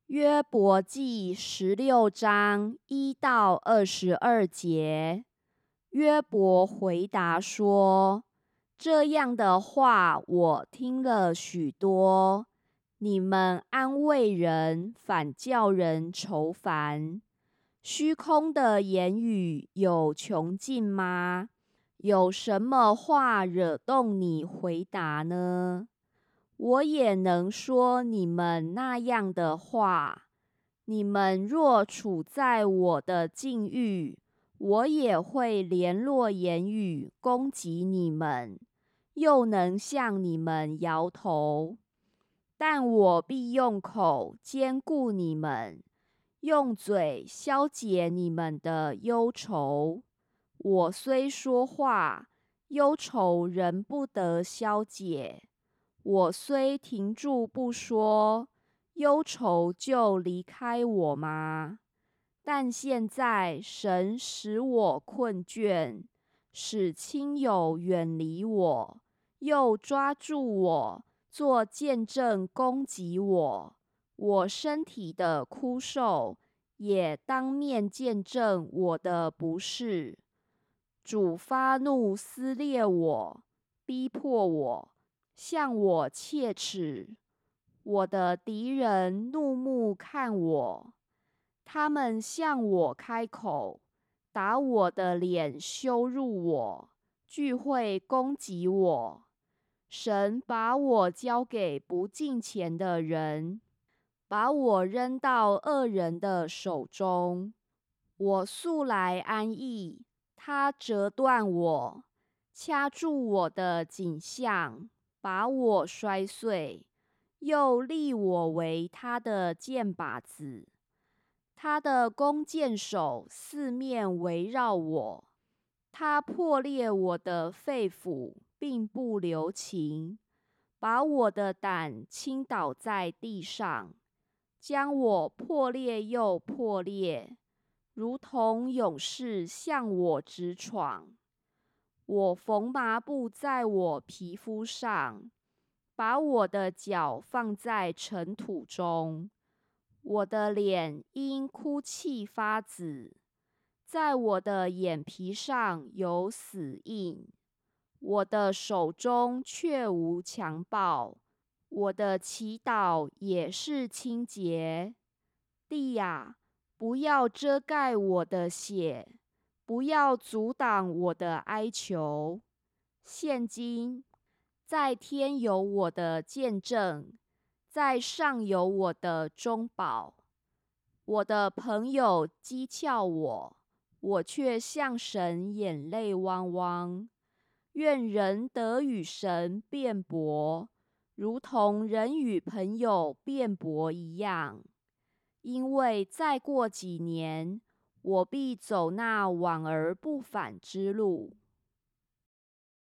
约伯记16章1到22节，约伯回答说：这样的话我听了许多，你们安慰人，反叫人愁烦。虚空的言语有穷尽吗？有什么话惹动你回答呢？我也能说你们那样的话。你们若处在我的境遇，我也会联络言语攻击你们，又能向你们摇头。但我必用口坚固你们，用嘴消解你们的忧愁。我虽说话，忧愁仍不得消解。我虽停住不说，忧愁就离开我吗？但现在神使我困倦，使亲友远离我，又抓住我，做见证攻击我。我身体的枯瘦，也当面见证我的不是。主发怒撕裂我，逼迫我，向我切齿。我的敌人怒目看我，他们向我开口，打我的脸，羞辱我，聚会攻击我。神把我交给不敬虔的人，把我扔到恶人的手中。我素来安逸，他折断我，掐住我的颈项，把我摔碎，又立我为他的箭靶子。他的弓箭手四面围绕我，他破裂我的肺腑，并不留情，把我的胆倾倒在地上，将我破裂又破裂，如同勇士向我直闯。我缝麻布在我皮肤上，把我的脚放在尘土中。我的脸因哭泣发紫，在我的眼皮上有死印。我的手中却无强暴，我的祈祷也是清洁。地呀，不要遮盖我的血，不要阻挡我的哀求。现今在天有我的见证，在上有我的中保。我的朋友讥诮我，我却向神眼泪汪汪。愿人得与神辩驳，如同人与朋友辩驳一样。因为再过几年，我必走那往而不返之路。